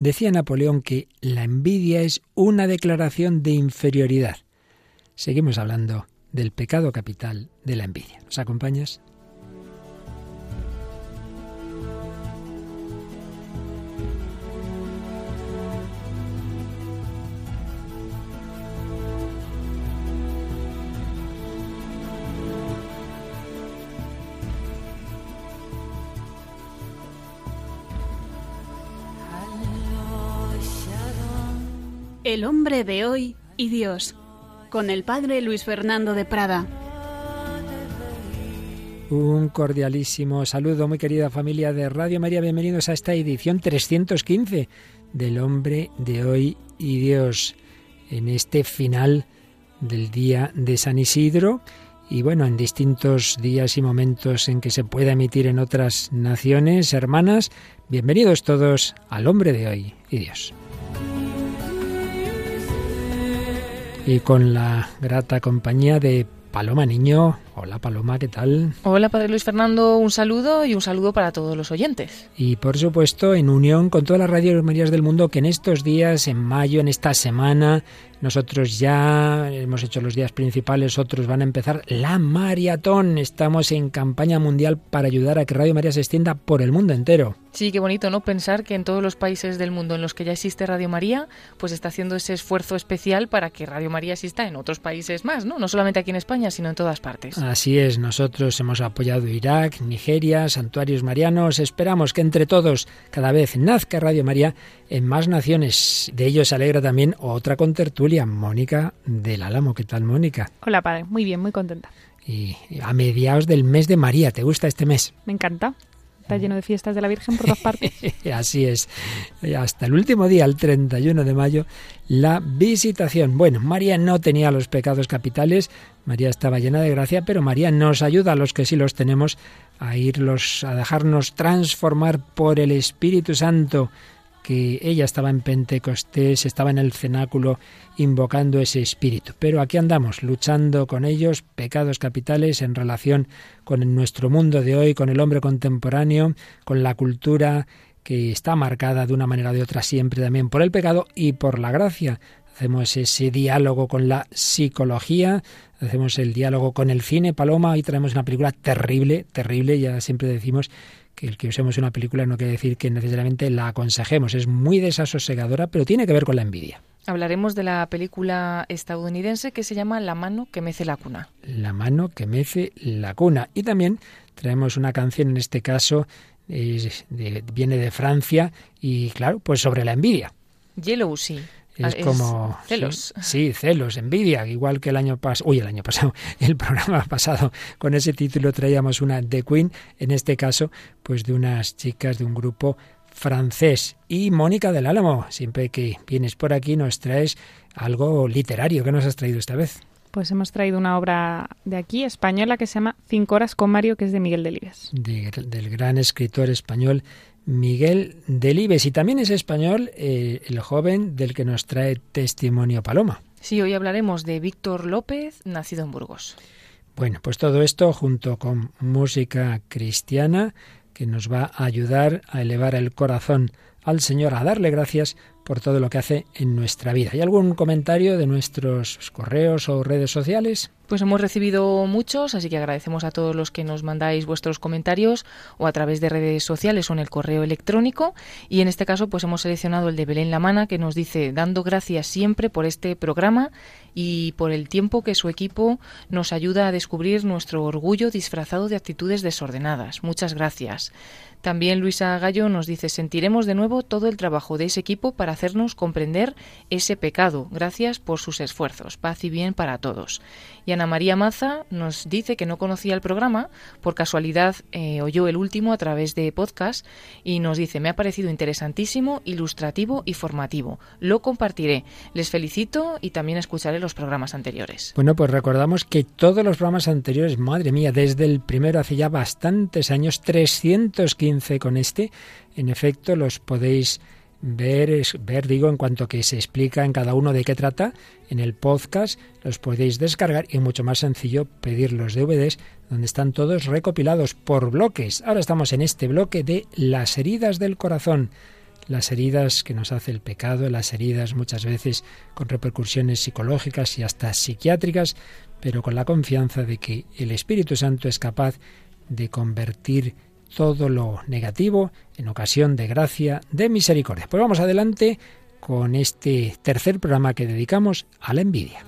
Decía Napoleón que la envidia es una declaración de inferioridad. Seguimos hablando del pecado capital de la envidia. ¿Nos acompañas? El hombre de hoy y Dios, con el padre Luis Fernando de Prada. Un cordialísimo saludo, muy querida familia de Radio María. Bienvenidos a esta edición 315 del hombre de hoy y Dios, en este final del día de San Isidro y bueno, en distintos días y momentos en que se pueda emitir en otras naciones hermanas. Bienvenidos todos al hombre de hoy y Dios. Y con la grata compañía de Paloma Niño. Hola Paloma, ¿qué tal? Hola Padre Luis Fernando, un saludo y un saludo para todos los oyentes. Y por supuesto en unión con todas las radios Marías del mundo que en estos días, en mayo, en esta semana, nosotros ya hemos hecho los días principales, otros van a empezar la maratón. Estamos en campaña mundial para ayudar a que Radio María se extienda por el mundo entero. Sí, qué bonito, ¿no? Pensar que en todos los países del mundo en los que ya existe Radio María, pues está haciendo ese esfuerzo especial para que Radio María exista en otros países más, ¿no? No solamente aquí en España, sino en todas partes. Así es, nosotros hemos apoyado Irak, Nigeria, santuarios marianos. Esperamos que entre todos cada vez nazca Radio María en más naciones. De ello se alegra también otra contertulia, Mónica del Álamo. ¿Qué tal, Mónica? Hola, padre. Muy bien, muy contenta. Y a mediados del mes de María, ¿te gusta este mes? Me encanta. Está lleno de fiestas de la Virgen por todas partes. Así es. Hasta el último día, el 31 de mayo, la visitación. Bueno, María no tenía los pecados capitales, María estaba llena de gracia, pero María nos ayuda a los que sí los tenemos a dejarnos transformar por el Espíritu Santo, que ella estaba en Pentecostés, estaba en el cenáculo invocando ese espíritu. Pero aquí andamos, luchando con ellos, pecados capitales en relación con nuestro mundo de hoy, con el hombre contemporáneo, con la cultura que está marcada de una manera o de otra siempre también por el pecado y por la gracia. Hacemos ese diálogo con la psicología, hacemos el diálogo con el cine. Paloma, hoy traemos una película terrible, ya siempre decimos que el que usemos una película no quiere decir que necesariamente la aconsejemos. Es muy desasosegadora, pero tiene que ver con la envidia. Hablaremos de la película estadounidense que se llama La mano que mece la cuna. La mano que mece la cuna. Y también traemos una canción, en este caso viene de Francia y claro, pues sobre la envidia. Jealousy. Es como... celos. Sí, celos, envidia, igual que el año pasado, el programa pasado, con ese título traíamos una de Queen, en este caso, pues de unas chicas de un grupo francés. Y Mónica del Álamo, siempre que vienes por aquí nos traes algo literario. ¿Qué nos has traído esta vez? Pues hemos traído una obra de aquí, española, que se llama 5 horas con Mario, que es de Miguel Delibes. Del gran escritor español Miguel Delibes. Y también es español el joven del que nos trae testimonio Paloma. Sí, hoy hablaremos de Víctor López, nacido en Burgos. Bueno, pues todo esto junto con música cristiana que nos va a ayudar a elevar el corazón al Señor, a darle gracias por todo lo que hace en nuestra vida. ¿Hay algún comentario de nuestros correos o redes sociales? Pues hemos recibido muchos, así que agradecemos a todos los que nos mandáis vuestros comentarios o a través de redes sociales o en el correo electrónico. Y en este caso pues hemos seleccionado el de Belén Lamana, que nos dice: dando gracias siempre por este programa y por el tiempo que su equipo nos ayuda a descubrir nuestro orgullo disfrazado de actitudes desordenadas. Muchas gracias. También Luisa Gallo nos dice: sentiremos de nuevo todo el trabajo de ese equipo para hacernos comprender ese pecado. Gracias por sus esfuerzos. Paz y bien para todos. Y Ana María Maza nos dice que no conocía el programa, por casualidad oyó el último a través de podcast y nos dice: me ha parecido interesantísimo, ilustrativo y formativo. Lo compartiré. Les felicito y también escucharé los programas anteriores. Bueno, pues recordamos que todos los programas anteriores, madre mía, desde el primero hace ya bastantes años, 315 con este, en efecto los podéis ver, en cuanto que se explica en cada uno de qué trata, en el podcast los podéis descargar y mucho más sencillo pedir los DVDs donde están todos recopilados por bloques. Ahora estamos en este bloque de las heridas del corazón. las heridas que nos hace el pecado, las heridas muchas veces con repercusiones psicológicas y hasta psiquiátricas, pero con la confianza de que el Espíritu Santo es capaz de convertir todo lo negativo en ocasión de gracia, de misericordia. Pues vamos adelante con este tercer programa que dedicamos a la envidia.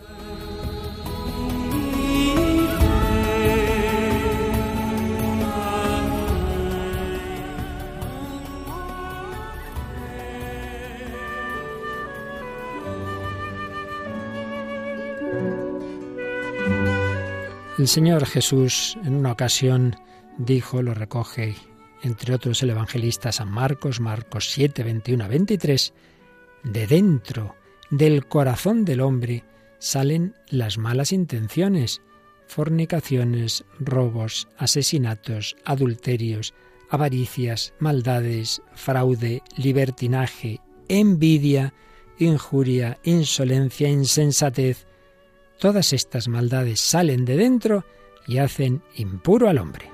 El Señor Jesús en una ocasión dijo, lo recoge entre otros el evangelista San Marcos, Marcos 7, 21 a 23, de dentro del corazón del hombre salen las malas intenciones, fornicaciones, robos, asesinatos, adulterios, avaricias, maldades, fraude, libertinaje, envidia, injuria, insolencia, insensatez. Todas estas maldades salen de dentro y hacen impuro al hombre.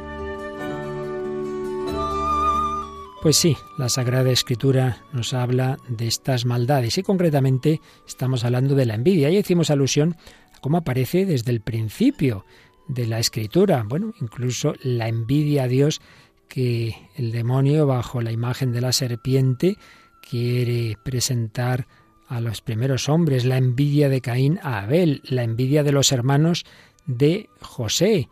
Pues sí, la Sagrada Escritura nos habla de estas maldades y concretamente estamos hablando de la envidia. Y hicimos alusión a cómo aparece desde el principio de la Escritura. Bueno, incluso la envidia a Dios que el demonio, bajo la imagen de la serpiente, quiere presentar a los primeros hombres, la envidia de Caín a Abel, la envidia de los hermanos de José,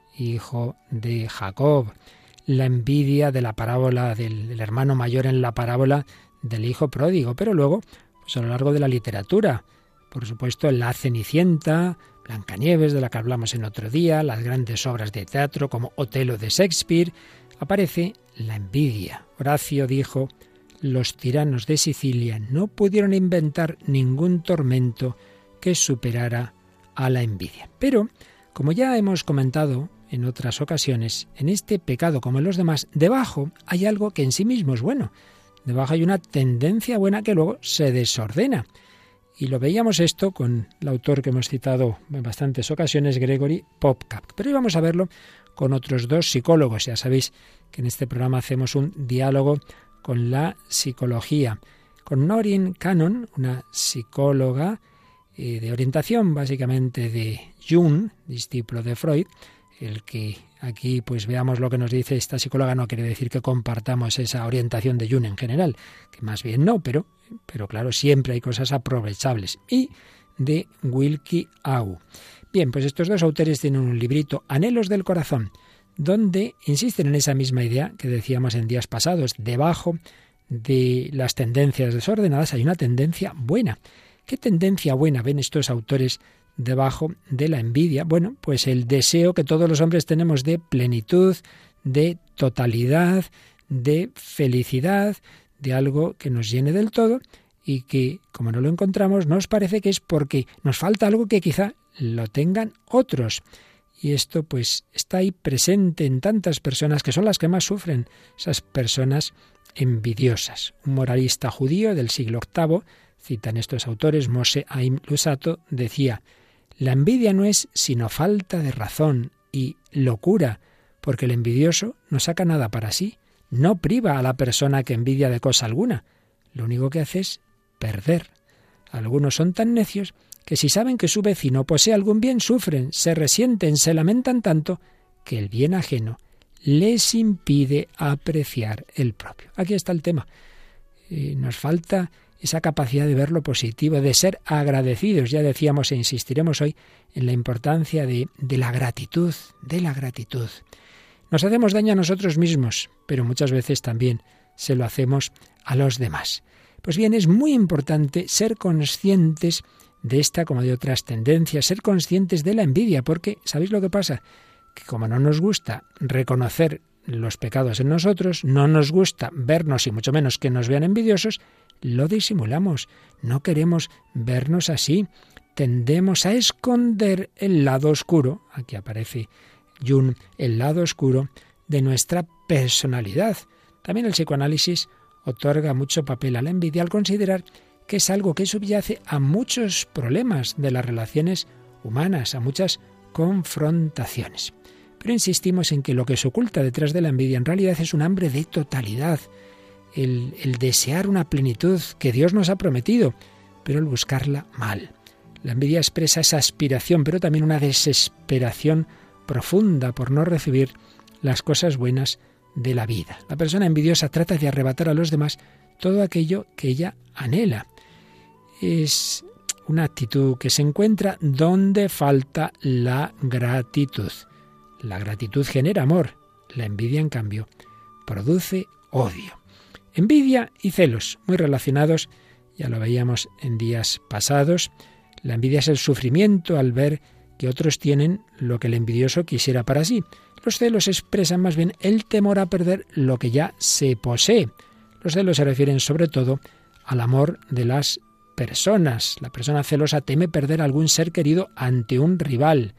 hijo de Jacob, la envidia de la parábola del hermano mayor en la parábola del hijo pródigo, pero luego, pues a lo largo de la literatura, por supuesto, la Cenicienta, Blancanieves, de la que hablamos en otro día, las grandes obras de teatro como Otelo de Shakespeare, aparece la envidia. Horacio dijo: los tiranos de Sicilia no pudieron inventar ningún tormento que superara a la envidia. Pero, como ya hemos comentado en otras ocasiones, en este pecado, como en los demás, debajo hay algo que en sí mismo es bueno. Debajo hay una tendencia buena que luego se desordena. Y lo veíamos esto con el autor que hemos citado en bastantes ocasiones, Gregory Popcap. Pero hoy vamos a verlo con otros dos psicólogos. Ya sabéis que en este programa hacemos un diálogo con la psicología, con Noreen Cannon, una psicóloga de orientación básicamente de Jung, discípulo de Freud. El que aquí pues veamos lo que nos dice esta psicóloga no quiere decir que compartamos esa orientación de Jung en general, que más bien no, pero claro, siempre hay cosas aprovechables. Y de Wilkie Au. Bien, pues estos dos autores tienen un librito, Anhelos del Corazón, donde insisten en esa misma idea que decíamos en días pasados. Debajo de las tendencias desordenadas hay una tendencia buena. ¿Qué tendencia buena ven estos autores debajo de la envidia? Bueno, pues el deseo que todos los hombres tenemos de plenitud, de totalidad, de felicidad, de algo que nos llene del todo y que, como no lo encontramos, nos parece que es porque nos falta algo que quizá lo tengan otros. Y esto pues está ahí presente en tantas personas que son las que más sufren, esas personas envidiosas. Un moralista judío del siglo VIII, citan estos autores, Moshe Haim Luzzatto, decía: la envidia no es sino falta de razón y locura, porque el envidioso no saca nada para sí, no priva a la persona que envidia de cosa alguna, lo único que hace es perder. Algunos son tan necios que si saben que su vecino posee algún bien, sufren, se resienten, se lamentan tanto, que el bien ajeno les impide apreciar el propio. Aquí está el tema. Nos falta esa capacidad de ver lo positivo, de ser agradecidos. Ya decíamos e insistiremos hoy en la importancia de la gratitud, de la gratitud. Nos hacemos daño a nosotros mismos, pero muchas veces también se lo hacemos a los demás. Pues bien, es muy importante ser conscientes de esta como de otras tendencias, ser conscientes de la envidia, porque ¿sabéis lo que pasa? Que como no nos gusta reconocer los pecados en nosotros, no nos gusta vernos y mucho menos que nos vean envidiosos, lo disimulamos, no queremos vernos así, tendemos a esconder el lado oscuro, aquí aparece Jung, el lado oscuro de nuestra personalidad. También el psicoanálisis otorga mucho papel a la envidia al considerar que es algo que subyace a muchos problemas de las relaciones humanas, a muchas confrontaciones. Pero insistimos en que lo que se oculta detrás de la envidia en realidad es un hambre de totalidad, el desear una plenitud que Dios nos ha prometido, pero el buscarla mal. La envidia expresa esa aspiración, pero también una desesperación profunda por no recibir las cosas buenas de la vida. La persona envidiosa trata de arrebatar a los demás todo aquello que ella anhela. Es una actitud que se encuentra donde falta la gratitud. La gratitud genera amor, la envidia, en cambio, produce odio. Envidia y celos, muy relacionados, ya lo veíamos en días pasados. La envidia es el sufrimiento al ver que otros tienen lo que el envidioso quisiera para sí. Los celos expresan más bien el temor a perder lo que ya se posee. Los celos se refieren sobre todo al amor de las personas. La persona celosa teme perder algún ser querido ante un rival.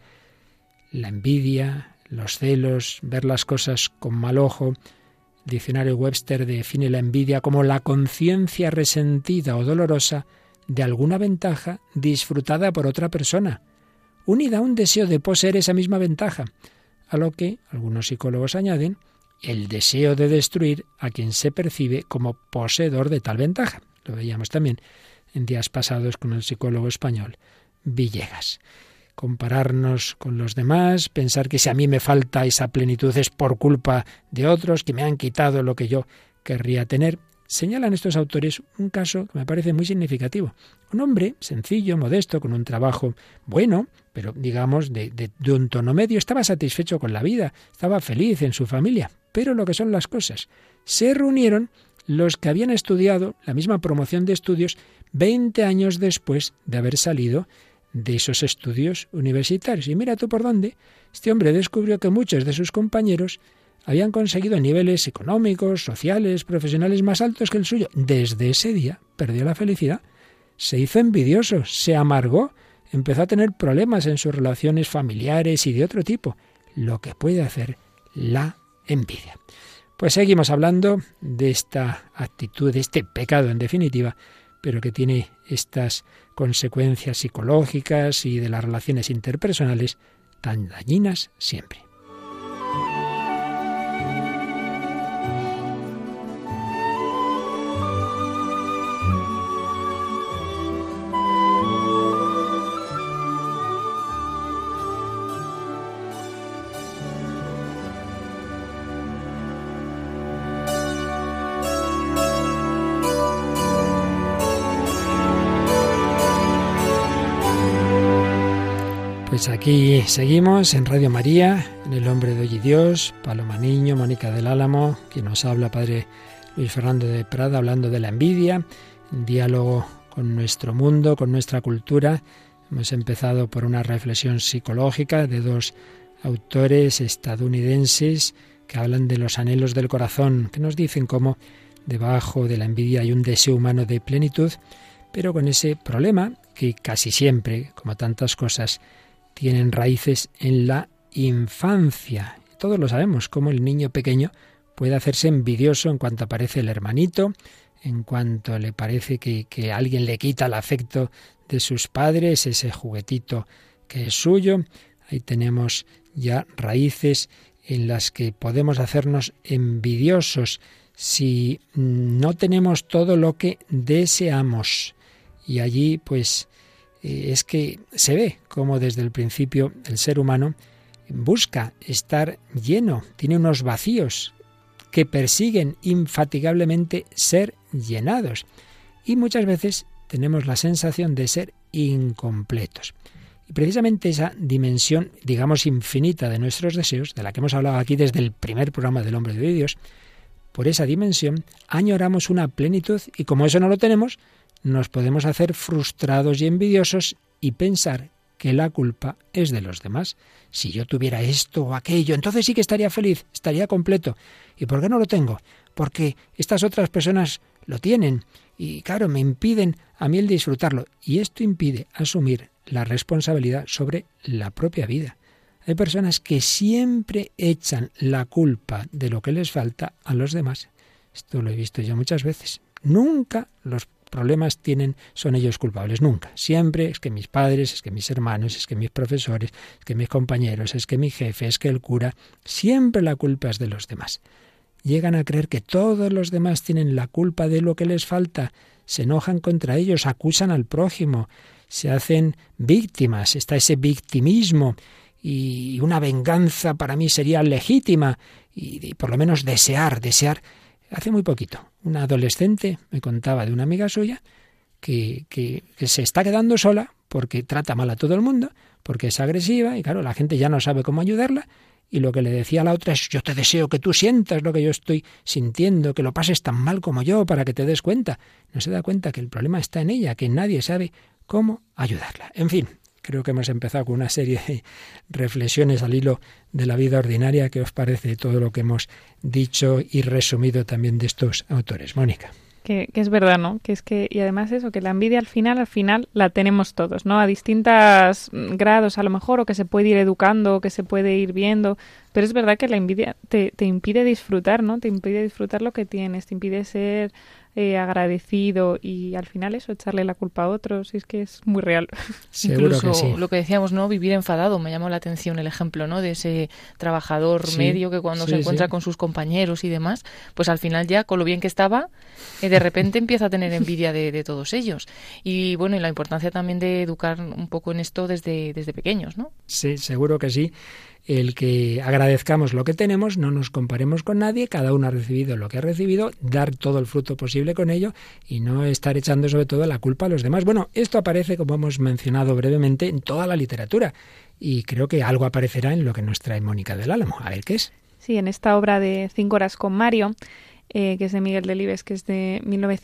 La envidia, los celos, ver las cosas con mal ojo. El diccionario Webster define la envidia como la conciencia resentida o dolorosa de alguna ventaja disfrutada por otra persona, unida a un deseo de poseer esa misma ventaja, a lo que algunos psicólogos añaden el deseo de destruir a quien se percibe como poseedor de tal ventaja. Lo veíamos también en días pasados con el psicólogo español Villegas. Compararnos con los demás, pensar que si a mí me falta esa plenitud es por culpa de otros, que me han quitado lo que yo querría tener. Señalan estos autores un caso que me parece muy significativo. Un hombre sencillo, modesto, con un trabajo bueno, pero digamos de un tono medio, estaba satisfecho con la vida, estaba feliz en su familia. Pero lo que son las cosas, se reunieron los que habían estudiado la misma promoción de estudios 20 años después de haber salido de esos estudios universitarios. Y mira tú por dónde, este hombre descubrió que muchos de sus compañeros habían conseguido niveles económicos, sociales, profesionales más altos que el suyo. Desde ese día perdió la felicidad, se hizo envidioso, se amargó, empezó a tener problemas en sus relaciones familiares y de otro tipo, lo que puede hacer la envidia. Pues seguimos hablando de esta actitud, de este pecado en definitiva, pero que tiene estas consecuencias psicológicas y de las relaciones interpersonales tan dañinas siempre. Pues aquí seguimos en Radio María, en El Hombre de Hoy y Dios, Paloma Niño, Mónica del Álamo, quien nos habla, Padre Luis Fernando de Prada, hablando de la envidia, en diálogo con nuestro mundo, con nuestra cultura. Hemos empezado por una reflexión psicológica de dos autores estadounidenses que hablan de los anhelos del corazón, que nos dicen cómo debajo de la envidia hay un deseo humano de plenitud, pero con ese problema que casi siempre, como tantas cosas, tienen raíces en la infancia. Todos lo sabemos, cómo el niño pequeño puede hacerse envidioso en cuanto aparece el hermanito, en cuanto le parece que alguien le quita el afecto de sus padres, ese juguetito que es suyo. Ahí tenemos ya raíces en las que podemos hacernos envidiosos si no tenemos todo lo que deseamos. Y allí, pues, es que se ve cómo desde el principio el ser humano busca estar lleno, tiene unos vacíos que persiguen infatigablemente ser llenados. Y muchas veces tenemos la sensación de ser incompletos. Y precisamente esa dimensión, digamos, infinita de nuestros deseos, de la que hemos hablado aquí desde el primer programa del Hombre de Dios, por esa dimensión añoramos una plenitud y como eso no lo tenemos, nos podemos hacer frustrados y envidiosos y pensar que la culpa es de los demás. Si yo tuviera esto o aquello, entonces sí que estaría feliz, estaría completo. ¿Y por qué no lo tengo? Porque estas otras personas lo tienen y, claro, me impiden a mí el disfrutarlo. Y esto impide asumir la responsabilidad sobre la propia vida. Hay personas que siempre echan la culpa de lo que les falta a los demás. Esto lo he visto yo muchas veces. Nunca los problemas son ellos culpables, nunca. Siempre es que mis padres, es que mis hermanos, es que mis profesores, es que mis compañeros, es que mi jefe, es que el cura. Siempre la culpa es de los demás. llegan a creer que todos los demás tienen la culpa de lo que les falta, se enojan contra ellos, acusan al prójimo, se hacen víctimas, está ese victimismo y una venganza para mí sería legítima y por lo menos desear. Hace muy poquito, una adolescente me contaba de una amiga suya que se está quedando sola porque trata mal a todo el mundo, porque es agresiva y claro, la gente ya no sabe cómo ayudarla y lo que le decía a la otra es: yo te deseo que tú sientas lo que yo estoy sintiendo, que lo pases tan mal como yo para que te des cuenta. No se da cuenta que el problema está en ella, que nadie sabe cómo ayudarla. En fin, creo que hemos empezado con una serie de reflexiones al hilo de la vida ordinaria. ¿Qué os parece todo lo que hemos dicho y resumido también de estos autores? Mónica. Que es verdad, ¿no? Y además eso, que la envidia al final la tenemos todos, ¿no? A distintos grados a lo mejor, o que se puede ir educando, o que se puede ir viendo, pero es verdad que la envidia te impide disfrutar, ¿no? Te impide disfrutar lo que tienes, te impide ser agradecido y al final eso, echarle la culpa a otros, y es que es muy real. Seguro Incluso que sí. Lo que decíamos, ¿no? Vivir enfadado, me llamó la atención el ejemplo, ¿no? De ese trabajador medio que cuando se encuentra con sus compañeros y demás, pues al final ya con lo bien que estaba, de repente empieza a tener envidia de todos ellos. Y bueno, y la importancia también de educar un poco en esto desde pequeños, ¿no? Sí, seguro que sí. El que agradezcamos lo que tenemos, no nos comparemos con nadie, cada uno ha recibido lo que ha recibido, dar todo el fruto posible con ello y no estar echando sobre todo la culpa a los demás. Bueno, esto aparece, como hemos mencionado brevemente, en toda la literatura y creo que algo aparecerá en lo que nos trae Mónica del Álamo. A ver qué es. Sí, en esta obra de 5 horas con Mario, que es de Miguel Delibes, que es de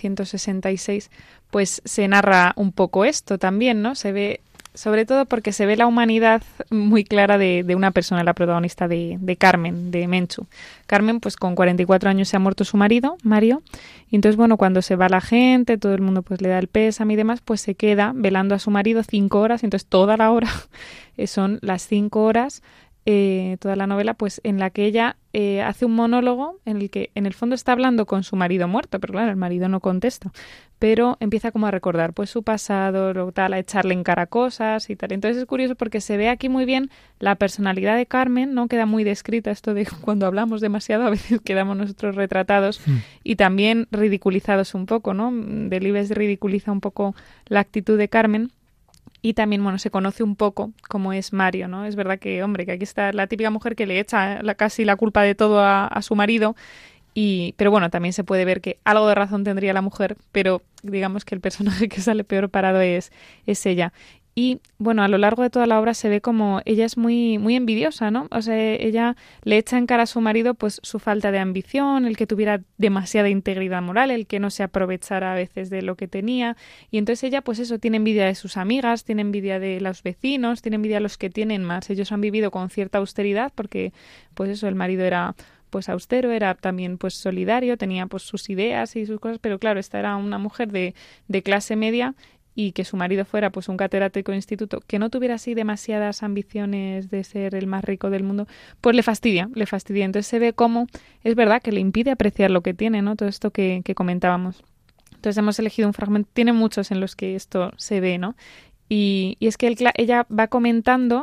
1966, pues se narra un poco esto también, ¿no? Se ve, sobre todo porque se ve la humanidad muy clara de una persona, la protagonista de Carmen, de Menchu. Carmen, pues con 44 años se ha muerto su marido, Mario, y entonces, bueno, cuando se va la gente, todo el mundo pues le da el pésame y demás, pues se queda velando a su marido 5 horas, y entonces toda la hora son las 5 horas, toda la novela, pues en la que ella hace un monólogo en el que en el fondo está hablando con su marido muerto, pero claro, el marido no contesta, pero empieza como a recordar pues su pasado, lo tal, a echarle en cara cosas y tal. Entonces es curioso porque se ve aquí muy bien la personalidad de Carmen, ¿no? Queda muy descrita esto de cuando hablamos demasiado, a veces quedamos nosotros retratados y también ridiculizados un poco, ¿no? Delibes ridiculiza un poco la actitud de Carmen. Y también, bueno, se conoce un poco cómo es Mario, ¿no? Es verdad que, hombre, que aquí está la típica mujer que le echa casi la culpa de todo a su marido, pero bueno, también se puede ver que algo de razón tendría la mujer, pero digamos que el personaje que sale peor parado es ella. Y bueno, a lo largo de toda la obra se ve como ella es muy, muy envidiosa, ¿no? O sea, ella le echa en cara a su marido pues su falta de ambición, el que tuviera demasiada integridad moral, el que no se aprovechara a veces de lo que tenía. Y entonces ella pues eso, tiene envidia de sus amigas, tiene envidia de los vecinos, tiene envidia de los que tienen más. Ellos han vivido con cierta austeridad porque pues eso, el marido era pues austero, era también pues solidario, tenía pues sus ideas y sus cosas, pero claro, esta era una mujer de clase media y que su marido fuera pues un catedrático de instituto, que no tuviera así demasiadas ambiciones de ser el más rico del mundo, pues le fastidia. Entonces se ve cómo es verdad que le impide apreciar lo que tiene, ¿no? Todo esto que comentábamos. Entonces hemos elegido un fragmento, tiene muchos en los que esto se ve, ¿no? Y es que ella va comentando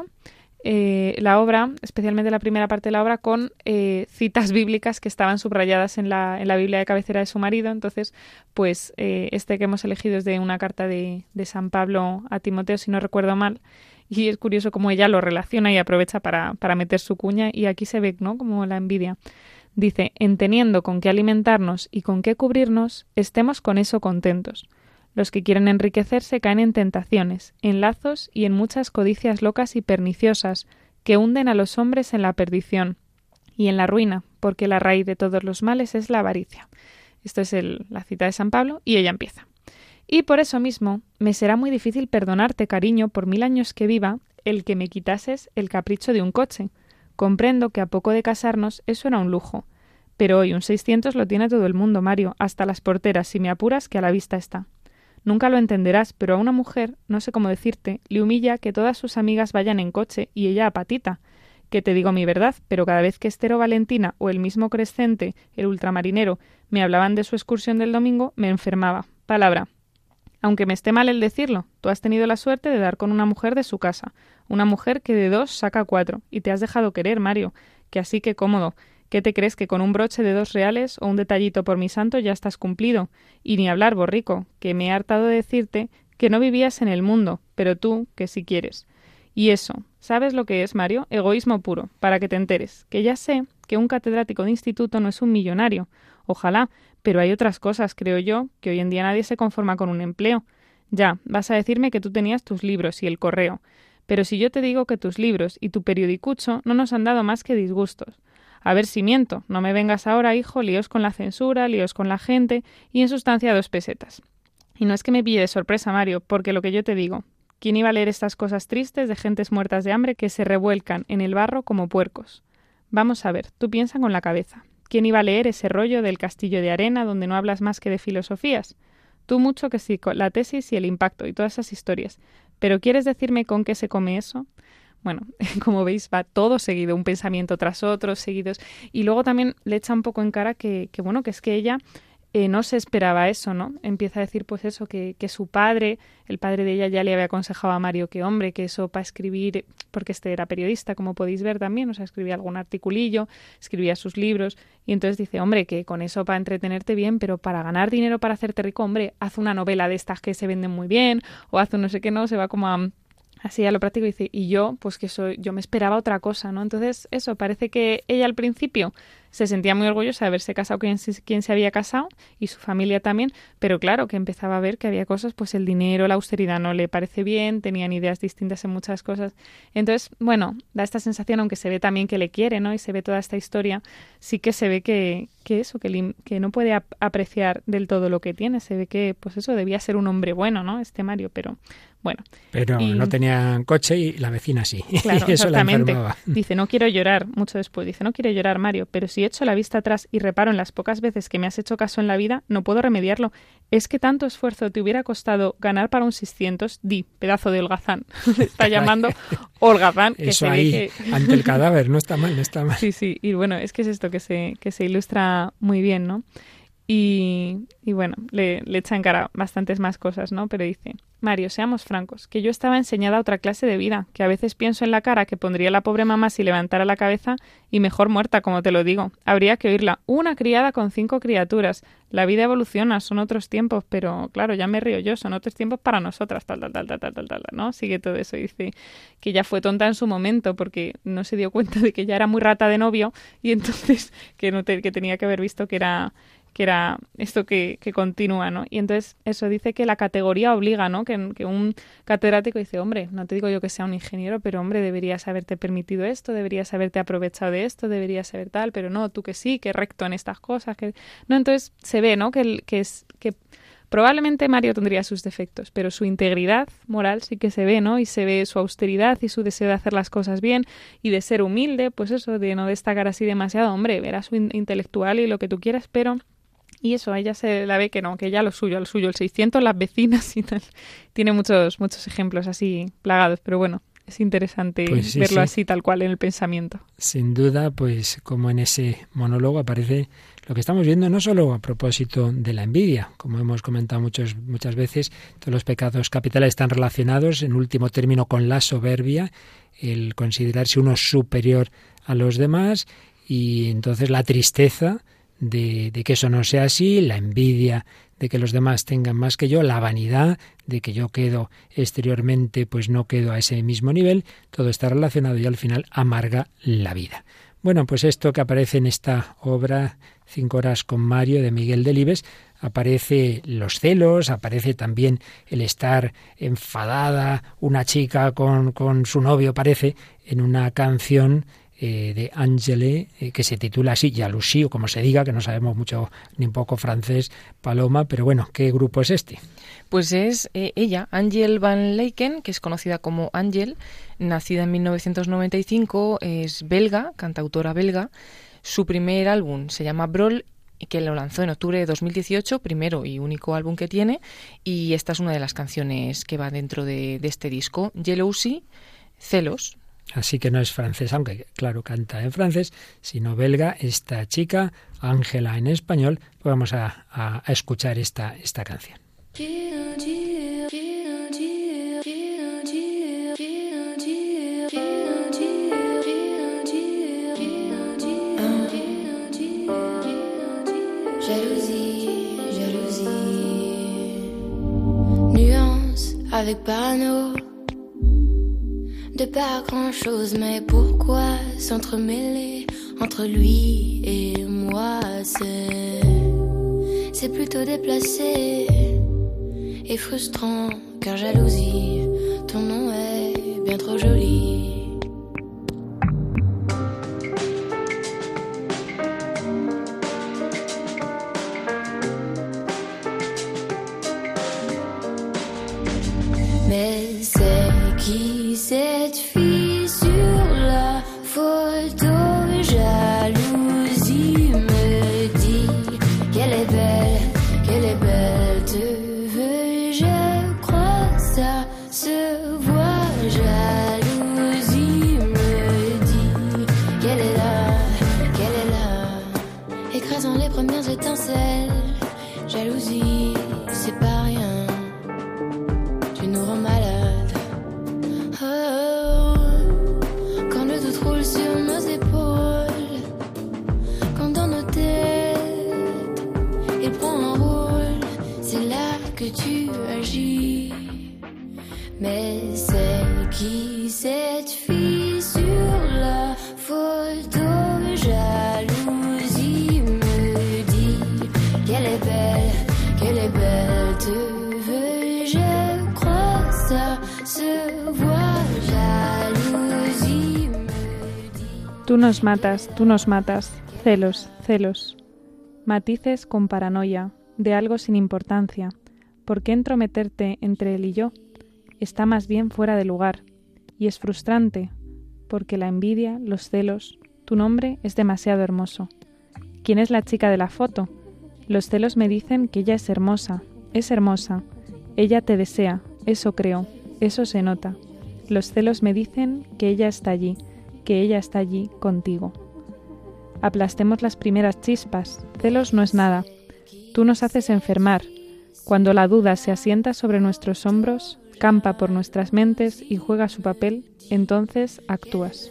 la obra, especialmente la primera parte de la obra, con citas bíblicas que estaban subrayadas en la Biblia de cabecera de su marido. Entonces, pues este que hemos elegido es de una carta de San Pablo a Timoteo, si no recuerdo mal, y es curioso cómo ella lo relaciona y aprovecha para meter su cuña, y aquí se ve, ¿no?, como la envidia. Dice: en teniendo con qué alimentarnos y con qué cubrirnos, estemos con eso contentos. Los que quieren enriquecerse caen en tentaciones, en lazos y en muchas codicias locas y perniciosas que hunden a los hombres en la perdición y en la ruina, porque la raíz de todos los males es la avaricia. Esto es la cita de San Pablo y ella empieza. Y por eso mismo me será muy difícil perdonarte, cariño, por 1000 años que viva, el que me quitases el capricho de un coche. Comprendo que a poco de casarnos eso era un lujo. Pero hoy un 600 lo tiene todo el mundo, Mario, hasta las porteras, si me apuras, que a la vista está. Nunca lo entenderás, pero a una mujer, no sé cómo decirte, le humilla que todas sus amigas vayan en coche y ella a patita. Que te digo mi verdad, pero cada vez que Esther o Valentina o el mismo Crescente, el ultramarinero, me hablaban de su excursión del domingo, me enfermaba. Palabra. Aunque me esté mal el decirlo, tú has tenido la suerte de dar con una mujer de su casa, una mujer que de 2 saca 4, y te has dejado querer, Mario, que así que cómodo, ¿Qué te crees, que con un broche de 2 reales o un detallito por mi santo ya estás cumplido? Y ni hablar, borrico, que me he hartado de decirte que no vivías en el mundo, pero tú que sí quieres. Y eso, ¿sabes lo que es, Mario? Egoísmo puro, para que te enteres, que ya sé que un catedrático de instituto no es un millonario. Ojalá, pero hay otras cosas, creo yo, que hoy en día nadie se conforma con un empleo. Ya, vas a decirme que tú tenías tus libros y el correo. Pero si yo te digo que tus libros y tu periodicucho no nos han dado más que disgustos. A ver si miento, no me vengas ahora, hijo, líos con la censura, líos con la gente y en sustancia 2 pesetas. Y no es que me pille de sorpresa, Mario, porque lo que yo te digo, ¿quién iba a leer estas cosas tristes de gentes muertas de hambre que se revuelcan en el barro como puercos? Vamos a ver, tú piensa con la cabeza. ¿Quién iba a leer ese rollo del castillo de arena donde no hablas más que de filosofías? Tú mucho que sí, la tesis y el impacto y todas esas historias. ¿Pero quieres decirme con qué se come eso? Bueno, como veis, va todo seguido, un pensamiento tras otro, seguidos. Y luego también le echa un poco en cara que es que ella no se esperaba eso, ¿no? Empieza a decir, pues eso, que su padre, el padre de ella, ya le había aconsejado a Mario que, hombre, que eso para escribir, porque este era periodista, como podéis ver también, o sea, escribía algún articulillo, escribía sus libros, y entonces dice, hombre, que con eso para entretenerte bien, pero para ganar dinero, para hacerte rico, hombre, haz una novela de estas que se venden muy bien, o haz un no sé qué, no, se va como así a lo práctico y dice, y yo, pues que yo me esperaba otra cosa, ¿no? Entonces, eso, parece que ella al principio se sentía muy orgullosa de haberse casado con quien se había casado y su familia también, pero claro, que empezaba a ver que había cosas, pues el dinero, la austeridad no le parece bien, tenían ideas distintas en muchas cosas. Entonces, bueno, da esta sensación, aunque se ve también que le quiere, ¿no? Y se ve toda esta historia, sí que se ve que no puede apreciar del todo lo que tiene, se ve que, pues eso, debía ser un hombre bueno, ¿no? Este Mario, pero bueno. Pero no tenían coche y la vecina sí. Claro, y eso exactamente. La enfermaba. Dice, no quiero llorar, mucho después, dice, no quiero llorar, Mario, pero si echo la vista atrás y reparo en las pocas veces que me has hecho caso en la vida, no puedo remediarlo. Es que tanto esfuerzo te hubiera costado ganar para un 600, pedazo de holgazán. Le está llamando holgazán. Que eso se ahí, ve que... ante el cadáver, no está mal, no está mal. Sí, sí, y bueno, es que es esto que se ilustra muy bien, ¿no? Y bueno, le echa en cara bastantes más cosas, ¿no? Pero dice, Mario, seamos francos, que yo estaba enseñada a otra clase de vida, que a veces pienso en la cara que pondría la pobre mamá si levantara la cabeza y mejor muerta, como te lo digo. Habría que oírla. Una criada con 5 criaturas. La vida evoluciona, son otros tiempos, pero claro, ya me río yo, son otros tiempos para nosotras, tal, ¿no? Sigue todo eso. Dice que ya fue tonta en su momento porque no se dio cuenta de que ya era muy rata de novio y entonces que tenía que haber visto que era esto que continúa, ¿no? Y entonces eso dice que la categoría obliga, ¿no? Que un catedrático dice, hombre, no te digo yo que sea un ingeniero, pero hombre, deberías haberte permitido esto, deberías haberte aprovechado de esto, deberías saber tal, pero no, tú que sí, que recto en estas cosas, que no, entonces se ve, ¿no? Que probablemente Mario tendría sus defectos, pero su integridad moral sí que se ve, ¿no? Y se ve su austeridad y su deseo de hacer las cosas bien y de ser humilde, pues eso, de no destacar así demasiado, hombre, verás su intelectual y lo que tú quieras, pero... Y eso, a ella se la ve que no, que ya lo suyo, el 600, las vecinas y tal. Tiene muchos ejemplos así plagados, pero bueno, es interesante pues sí, verlo sí. así tal cual en el pensamiento. Sin duda, pues como en ese monólogo aparece lo que estamos viendo, no solo a propósito de la envidia, como hemos comentado muchas veces, todos los pecados capitales están relacionados, en último término, con la soberbia, el considerarse uno superior a los demás, y entonces la tristeza de que eso no sea así, la envidia de que los demás tengan más que yo, la vanidad de que yo quedo exteriormente, pues no quedo a ese mismo nivel, todo está relacionado y al final amarga la vida. Bueno, pues esto que aparece en esta obra, 5 horas con Mario, de Miguel Delibes, aparece los celos, aparece también el estar enfadada, una chica con su novio, parece, en una canción de Angèle, que se titula así, Jalousie, o como se diga, que no sabemos mucho ni un poco francés, Paloma, pero bueno, ¿qué grupo es este? Pues es ella, Angèle Van Layken, que es conocida como Angèle, nacida en 1995, es belga, cantautora belga. Su primer álbum se llama Brol, que lo lanzó en octubre de 2018, primero y único álbum que tiene, y esta es una de las canciones que va dentro de este disco, Jalousie, Celos. Así que no es francesa, aunque claro, canta en francés, sino belga, esta chica, Ángela en español. Pues vamos a escuchar esta canción. avec parano. De pas grand-chose, mais pourquoi s'entremêler entre lui et moi? C'est plutôt déplacé et frustrant, car jalousie, ton nom est bien trop joli. Mais c'est qui cette fille sur la photo? Jalousie me dit qu'elle est belle, te veux, je crois ça se voit. Jalousie me dit qu'elle est là, écrasant les premières étincelles. Jalousie, c'est pas rien, tu nous rends malade. Oh, quand le doute roule sur nos épaules, quand dans nos têtes il prend un rôle, c'est là que tu agis. Mais c'est qui cette fille sur la photo? Jalousie me dit qu'elle est belle, te veux, je crois ça se voit. Jalousie me dit. Tú nos matas, celos, celos. Matices con paranoia, de algo sin importancia. ¿Por qué entrometerte entre él y yo? Está más bien fuera de lugar. Y es frustrante, porque la envidia, los celos, tu nombre es demasiado hermoso. ¿Quién es la chica de la foto? Los celos me dicen que ella es hermosa. Ella te desea, eso creo, eso se nota. Los celos me dicen que ella está allí contigo. Aplastemos las primeras chispas, celos no es nada. Tú nos haces enfermar. Cuando la duda se asienta sobre nuestros hombros, campa por nuestras mentes y juega su papel, entonces actúas.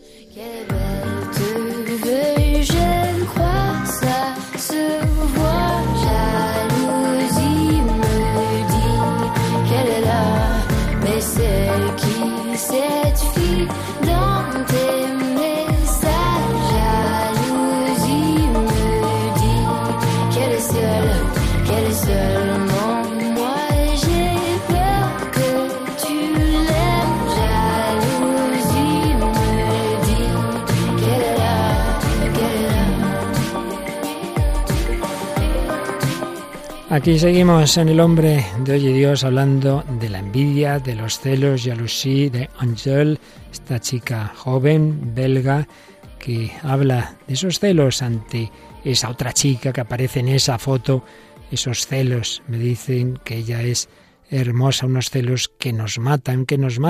Cette fille dans tes messages, jalousie me dit qu'elle est seulement moi. J'ai peur que tu l'aimes. Jalousie me dit qu'elle est là. Aquí seguimos en El hombre de hoy y Dios hablando de la envidia, de los celos, jalousie, de Angèle, esta chica joven, belga, que habla de esos celos ante esa otra chica que aparece en esa foto. Esos celos me dicen que ella es hermosa, unos celos que nos matan.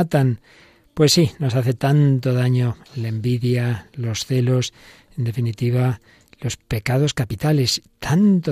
Pues sí, nos hace tanto daño la envidia, los celos, en definitiva, los pecados capitales, tanto,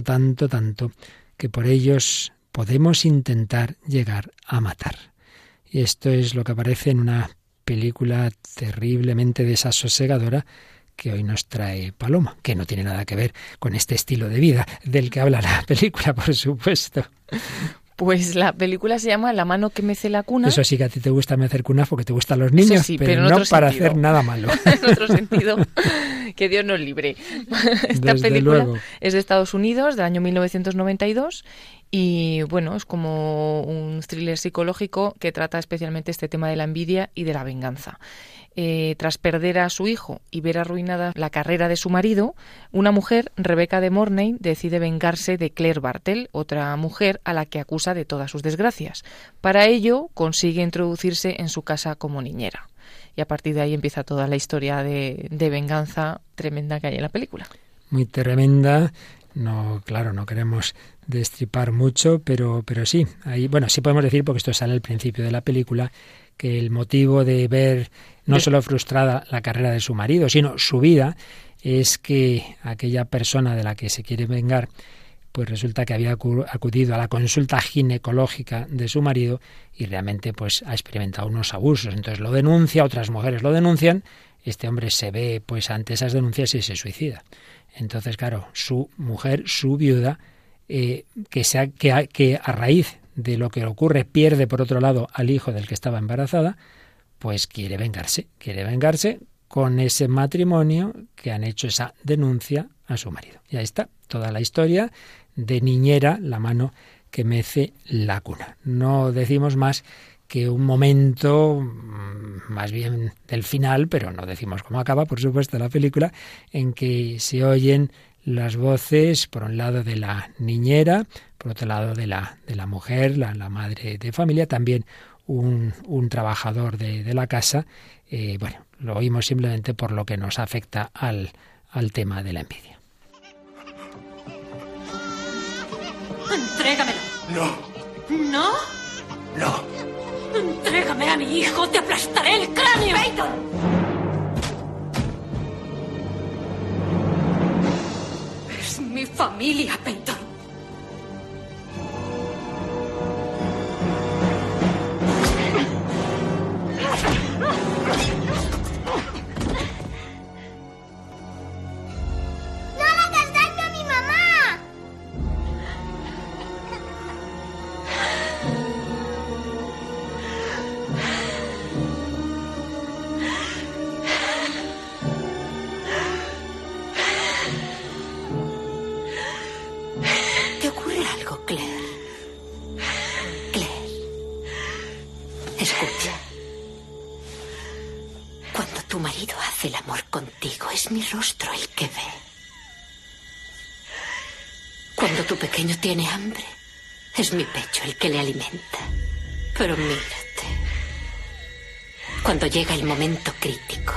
que por ellos podemos intentar llegar a matar. Y esto es lo que aparece en una película terriblemente desasosegadora que hoy nos trae Paloma, que no tiene nada que ver con este estilo de vida del que habla la película, por supuesto. Pues la película se llama La mano que mece la cuna. Eso sí que a ti te gusta mecer cunas porque te gustan los niños, sí, pero no para sentido. hacer nada malo. En otro sentido, que Dios nos libre. Esta Desde película luego. es de Estados Unidos, del año 1992, y bueno, es como un thriller psicológico que trata especialmente este tema de la envidia y de la venganza. Tras perder a su hijo y ver arruinada la carrera de su marido, una mujer, Rebecca de Mornay, decide vengarse de Claire Bartel, otra mujer a la que acusa de todas sus desgracias. Para ello, consigue introducirse en su casa como niñera. Y a partir de ahí empieza toda la historia de venganza tremenda que hay en la película. Muy tremenda. No, claro, no queremos destripar mucho, pero sí. Ahí, bueno, sí podemos decir, porque esto sale al principio de la película, que el motivo de ver no solo frustrada la carrera de su marido, sino su vida, es que aquella persona de la que se quiere vengar, pues resulta que había acudido a la consulta ginecológica de su marido y realmente pues ha experimentado unos abusos. Entonces lo denuncia, otras mujeres lo denuncian, este hombre se ve pues ante esas denuncias y se suicida. Entonces, claro, su mujer, su viuda, que a raíz de lo que ocurre, pierde por otro lado al hijo del que estaba embarazada, pues quiere vengarse con ese matrimonio que han hecho esa denuncia a su marido. Y ahí está toda la historia de Niñera, la mano que mece la cuna. No decimos más que un momento, más bien del final, pero no decimos cómo acaba, por supuesto, la película, en que se oyen las voces, por un lado de la niñera, por otro lado de la mujer, la madre de familia, también un trabajador de la casa. Bueno, lo oímos simplemente por lo que nos afecta al tema de la envidia. Entrégamelo. No. ¿No? No. Entrégame a mi hijo, te aplastaré el cráneo. Peyton. Es mi familia, Peyton. Es mi rostro el que ve. Cuando tu pequeño tiene hambre, es mi pecho el que le alimenta. Pero mírate. Cuando llega el momento crítico,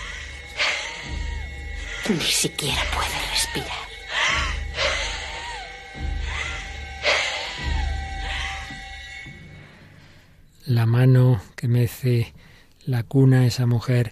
ni siquiera puede respirar. La mano que mece la cuna, esa mujer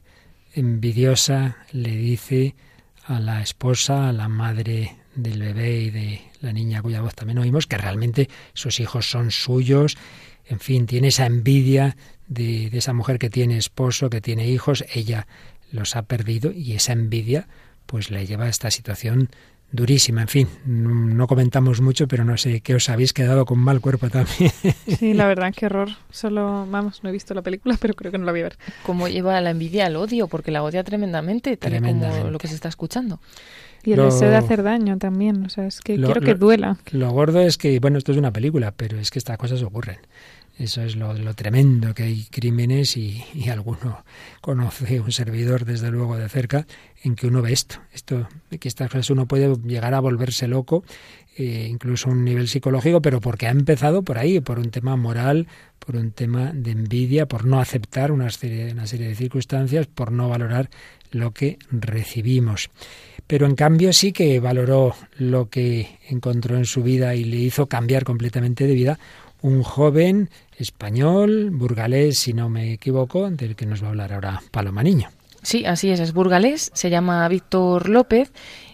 envidiosa, le dice a la esposa, a la madre del bebé y de la niña cuya voz también oímos, que realmente sus hijos son suyos. En fin, tiene esa envidia de esa mujer que tiene esposo, que tiene hijos. Ella los ha perdido y esa envidia pues le lleva a esta situación durísima. En fin, no comentamos mucho, pero no sé qué os habéis quedado con mal cuerpo también. Sí, la verdad, qué horror. Solo, no he visto la película, pero creo que no la voy a ver. ¿Cómo lleva la envidia al odio? Porque la odia tremendamente, tal como lo que se está escuchando. Y el deseo de hacer daño también, o sea, es que quiero que duela. Lo gordo es que, bueno, esto es una película, pero es que estas cosas ocurren. Eso es lo tremendo, que hay crímenes y alguno conoce, un servidor desde luego de cerca, en que uno ve esto, que estas cosas uno puede llegar a volverse loco, incluso a un nivel psicológico, pero porque ha empezado por ahí, por un tema moral, por un tema de envidia, por no aceptar una serie de circunstancias, por no valorar lo que recibimos. Pero en cambio sí que valoró lo que encontró en su vida y le hizo cambiar completamente de vida un joven español, burgalés, si no me equivoco, del que nos va a hablar ahora Paloma Niño. Sí, así es burgalés, se llama Víctor López.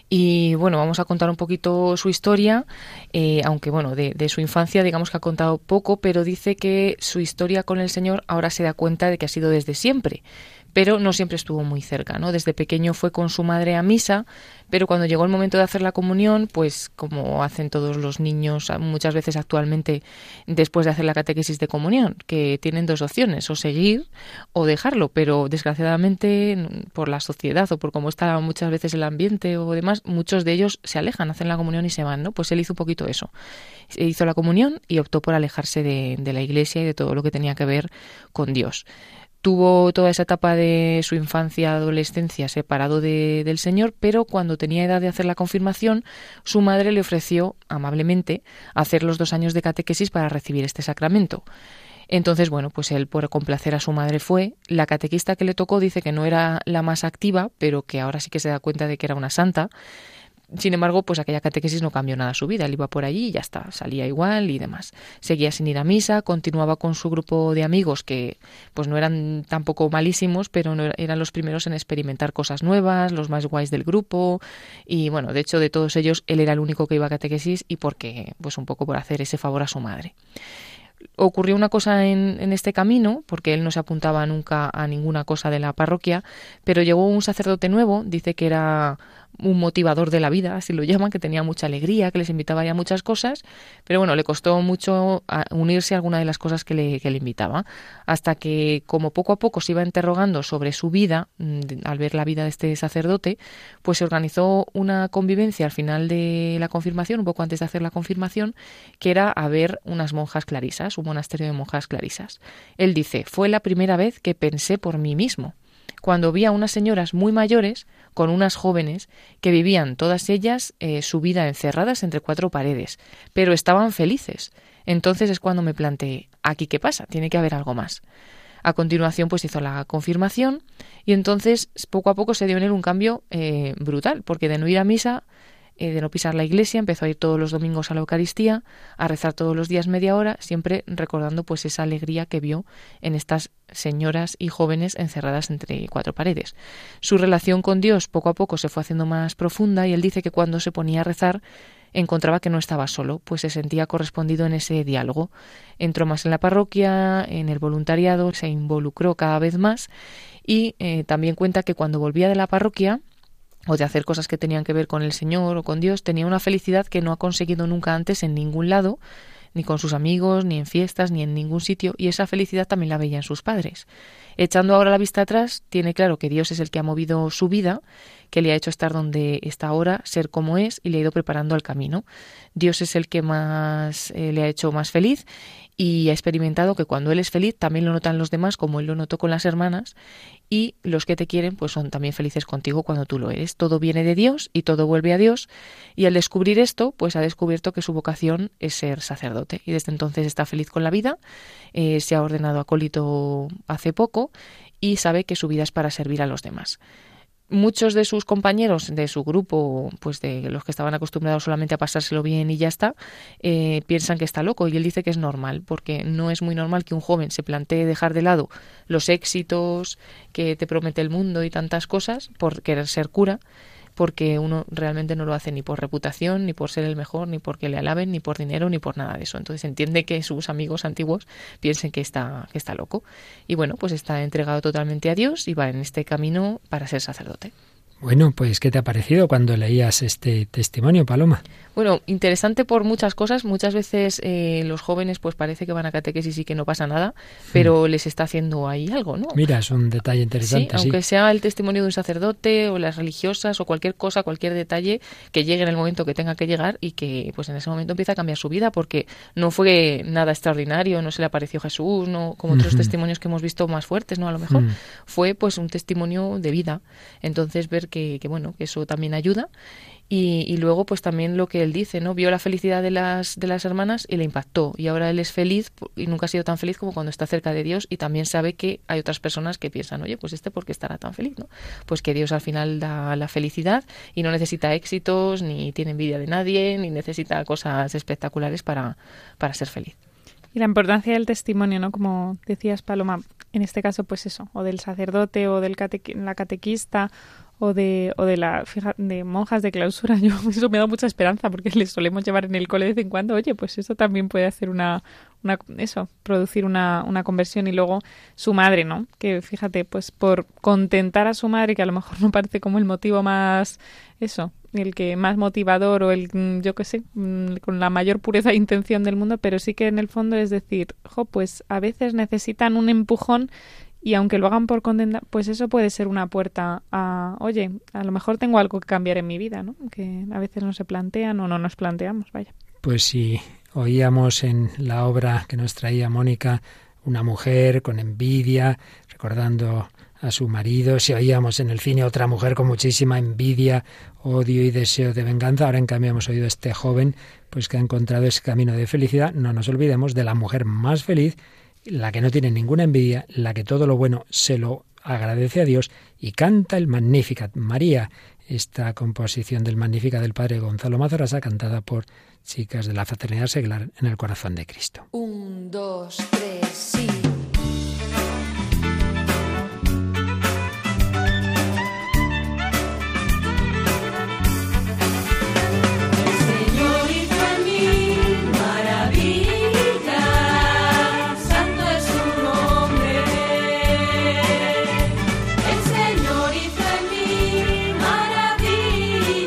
Y bueno, vamos a contar un poquito su historia, aunque bueno, de su infancia digamos que ha contado poco, pero dice que su historia con el Señor ahora se da cuenta de que ha sido desde siempre, pero no siempre estuvo muy cerca, ¿no? Desde pequeño fue con su madre a misa, pero cuando llegó el momento de hacer la comunión, pues como hacen todos los niños muchas veces actualmente después de hacer la catequesis de comunión, que tienen dos opciones, o seguir o dejarlo, pero desgraciadamente por la sociedad o por cómo está muchas veces el ambiente o demás, muchos de ellos se alejan, hacen la comunión y se van, ¿no? Pues él hizo un poquito eso. Hizo la comunión y optó por alejarse de la iglesia y de todo lo que tenía que ver con Dios. Tuvo toda esa etapa de su infancia, adolescencia separado del Señor, pero cuando tenía edad de hacer la confirmación, su madre le ofreció amablemente hacer los 2 años de catequesis para recibir este sacramento. Entonces, bueno, pues él por complacer a su madre fue. La catequista que le tocó dice que no era la más activa, pero que ahora sí que se da cuenta de que era una santa. Sin embargo, pues aquella catequesis no cambió nada su vida. Él iba por allí y ya está, salía igual y demás. Seguía sin ir a misa, continuaba con su grupo de amigos que pues no eran tampoco malísimos, pero no eran los primeros en experimentar cosas nuevas, los más guays del grupo. Y bueno, de hecho, de todos ellos, él era el único que iba a catequesis y porque, pues un poco por hacer ese favor a su madre. Ocurrió una cosa en este camino, porque él no se apuntaba nunca a ninguna cosa de la parroquia, pero llegó un sacerdote nuevo, dice que era un motivador de la vida, así lo llaman, que tenía mucha alegría, que les invitaba a muchas cosas, pero bueno, le costó mucho unirse a alguna de las cosas que le invitaba, hasta que como poco a poco se iba interrogando sobre su vida, al ver la vida de este sacerdote, pues se organizó una convivencia al final de la confirmación, un poco antes de hacer la confirmación, que era a ver unas monjas clarisas, un monasterio de monjas clarisas. Él dice, fue la primera vez que pensé por mí mismo, cuando vi a unas señoras muy mayores con unas jóvenes que vivían todas ellas su vida encerradas entre 4 paredes, pero estaban felices. Entonces es cuando me planteé, ¿aquí qué pasa? Tiene que haber algo más. A continuación pues hizo la confirmación y entonces poco a poco se dio en él un cambio brutal, porque de no ir a misa, de no pisar la iglesia, empezó a ir todos los domingos a la Eucaristía, a rezar todos los días media hora, siempre recordando pues esa alegría que vio en estas señoras y jóvenes encerradas entre 4 paredes. Su relación con Dios poco a poco se fue haciendo más profunda y él dice que cuando se ponía a rezar encontraba que no estaba solo, pues se sentía correspondido en ese diálogo. Entró más en la parroquia, en el voluntariado, se involucró cada vez más y también cuenta que cuando volvía de la parroquia o de hacer cosas que tenían que ver con el Señor o con Dios, tenía una felicidad que no ha conseguido nunca antes en ningún lado, ni con sus amigos, ni en fiestas, ni en ningún sitio, y esa felicidad también la veía en sus padres. Echando ahora la vista atrás, tiene claro que Dios es el que ha movido su vida, que le ha hecho estar donde está ahora, ser como es, y le ha ido preparando el camino. Dios es el que más le ha hecho más feliz, y ha experimentado que cuando él es feliz también lo notan los demás, como él lo notó con las hermanas, y los que te quieren pues son también felices contigo cuando tú lo eres. Todo viene de Dios y todo vuelve a Dios, y al descubrir esto pues ha descubierto que su vocación es ser sacerdote, y desde entonces está feliz con la vida, se ha ordenado acólito hace poco y sabe que su vida es para servir a los demás. Muchos de sus compañeros de su grupo, pues de los que estaban acostumbrados solamente a pasárselo bien y ya está, piensan que está loco, y él dice que es normal, porque no es muy normal que un joven se plantee dejar de lado los éxitos que te promete el mundo y tantas cosas por querer ser cura, porque uno realmente no lo hace ni por reputación, ni por ser el mejor, ni porque le alaben, ni por dinero, ni por nada de eso. Entonces entiende que sus amigos antiguos piensen que está loco. Y bueno, pues está entregado totalmente a Dios y va en este camino para ser sacerdote. Bueno, pues ¿qué te ha parecido cuando leías este testimonio, Paloma? Bueno, interesante por muchas cosas. Muchas veces los jóvenes pues parece que van a catequesis y que no pasa nada, pero les está haciendo ahí algo, ¿no? Mira, es un detalle interesante. Sí, aunque sea el testimonio de un sacerdote o las religiosas o cualquier cosa, cualquier detalle que llegue en el momento que tenga que llegar y que pues en ese momento empieza a cambiar su vida, porque no fue nada extraordinario, no se le apareció Jesús, no como otros testimonios que hemos visto más fuertes, ¿no? A lo mejor fue pues un testimonio de vida. Entonces ver que bueno, que eso también ayuda. Y luego pues también lo que él dice, ¿no? Vio la felicidad de las hermanas y le impactó, y ahora él es feliz y nunca ha sido tan feliz como cuando está cerca de Dios, y también sabe que hay otras personas que piensan, oye, pues ¿por qué estará tan feliz, no? Pues que Dios al final da la felicidad y no necesita éxitos, ni tiene envidia de nadie, ni necesita cosas espectaculares para ser feliz. Y la importancia del testimonio, ¿no? Como decías, Paloma, en este caso pues eso, o del sacerdote o del la catequista o de monjas de clausura. Yo eso me da mucha esperanza, porque les solemos llevar en el cole de vez en cuando. Oye, pues eso también puede hacer producir una conversión. Y luego su madre, ¿no? Que fíjate, pues por contentar a su madre, que a lo mejor no parece como el motivo más el que más motivador o el, yo qué sé, con la mayor pureza de intención del mundo, pero sí que en el fondo es decir, pues a veces necesitan un empujón. Y aunque lo hagan por condenar, pues eso puede ser una puerta a, oye, a lo mejor tengo algo que cambiar en mi vida, ¿no? Que a veces no se plantean o no nos planteamos, vaya. Pues si oíamos en la obra que nos traía Mónica una mujer con envidia, recordando a su marido, si oíamos en el cine otra mujer con muchísima envidia, odio y deseo de venganza, ahora en cambio hemos oído a este joven pues que ha encontrado ese camino de felicidad. No nos olvidemos de la mujer más feliz, la que no tiene ninguna envidia, la que todo lo bueno se lo agradece a Dios y canta el Magnificat. María, esta composición del Magnificat del padre Gonzalo Mazarrasa, cantada por chicas de la Fraternidad Seglar en el Corazón de Cristo. 1, 2, 3, sí. El Señor hizo en mí maravillas.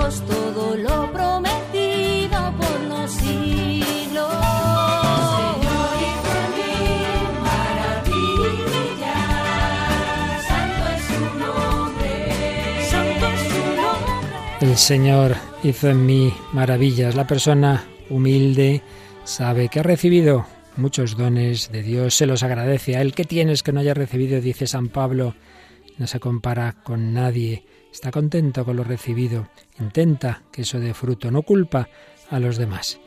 siglos, todo lo prometido por los siglos. Señor, hizo en mí maravillas, santo es su nombre, santo es su nombre. El Señor hizo en mí maravillas. La persona humilde sabe que ha recibido muchos dones de Dios, se los agradece a Él. ¿Qué tienes que no haya recibido?, dice San Pablo. No se compara con nadie, está contento con lo recibido, intenta que eso dé fruto, no culpa a los demás.